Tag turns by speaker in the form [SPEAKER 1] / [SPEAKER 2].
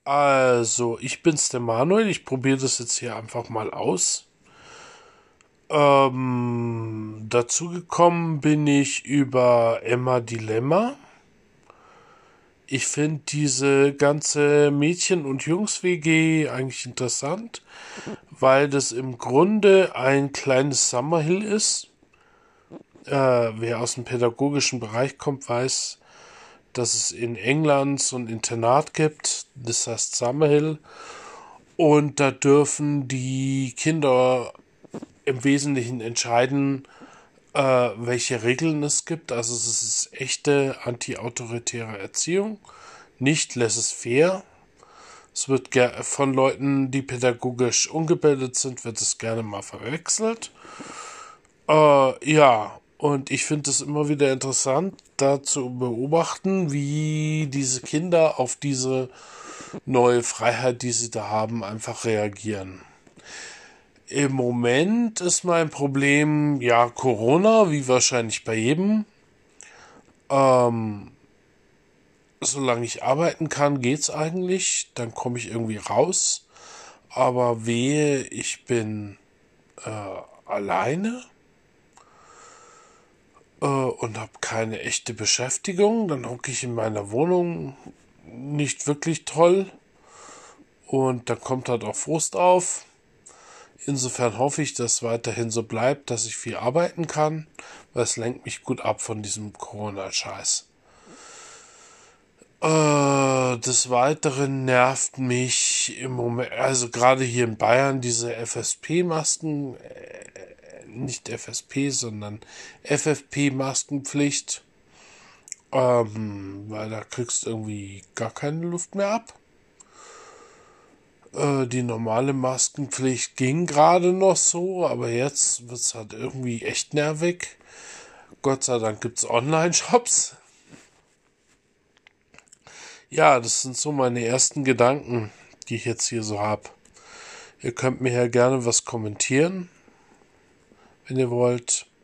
[SPEAKER 1] Also, ich bin's der Manuel. Ich probiere das jetzt hier einfach mal aus. Dazu gekommen bin ich über Emma Dilemma. Ich finde diese ganze Mädchen- und Jungs-WG eigentlich interessant, weil das im Grunde ein kleines Summerhill ist. Wer aus dem pädagogischen Bereich kommt, weiß, dass es in England so ein Internat gibt, das heißt Summerhill. Und da dürfen die Kinder im Wesentlichen entscheiden, welche Regeln es gibt. Also es ist echte anti-autoritäre Erziehung, nicht laissez-faire. Es wird von Leuten, die pädagogisch ungebildet sind, wird es gerne mal verwechselt. Ja, und ich finde es immer wieder interessant, da zu beobachten, wie diese Kinder auf diese neue Freiheit, die sie da haben, einfach reagieren. Im Moment ist mein Problem, ja, Corona, wie wahrscheinlich bei jedem. Ähm, Solange ich arbeiten kann, geht's eigentlich. Dann komme ich irgendwie raus. Aber wehe, ich bin alleine und habe keine echte Beschäftigung. Dann hocke ich in meiner Wohnung, nicht wirklich toll. Und dann kommt halt auch Frust auf. Insofern hoffe ich, dass es weiterhin so bleibt, dass ich viel arbeiten kann, weil es lenkt mich gut ab von diesem Corona-Scheiß. Des Weiteren nervt mich im Moment, also gerade hier in Bayern, diese FSP-Masken, nicht FSP, sondern FFP-Maskenpflicht, weil da kriegst du irgendwie gar keine Luft mehr ab. Die normale Maskenpflicht ging gerade noch so, aber jetzt wird es halt irgendwie echt nervig. Gott sei Dank gibt es Online-Shops. Ja, das sind so meine ersten Gedanken, die ich jetzt hier so habe. Ihr könnt mir ja gerne was kommentieren, wenn ihr wollt.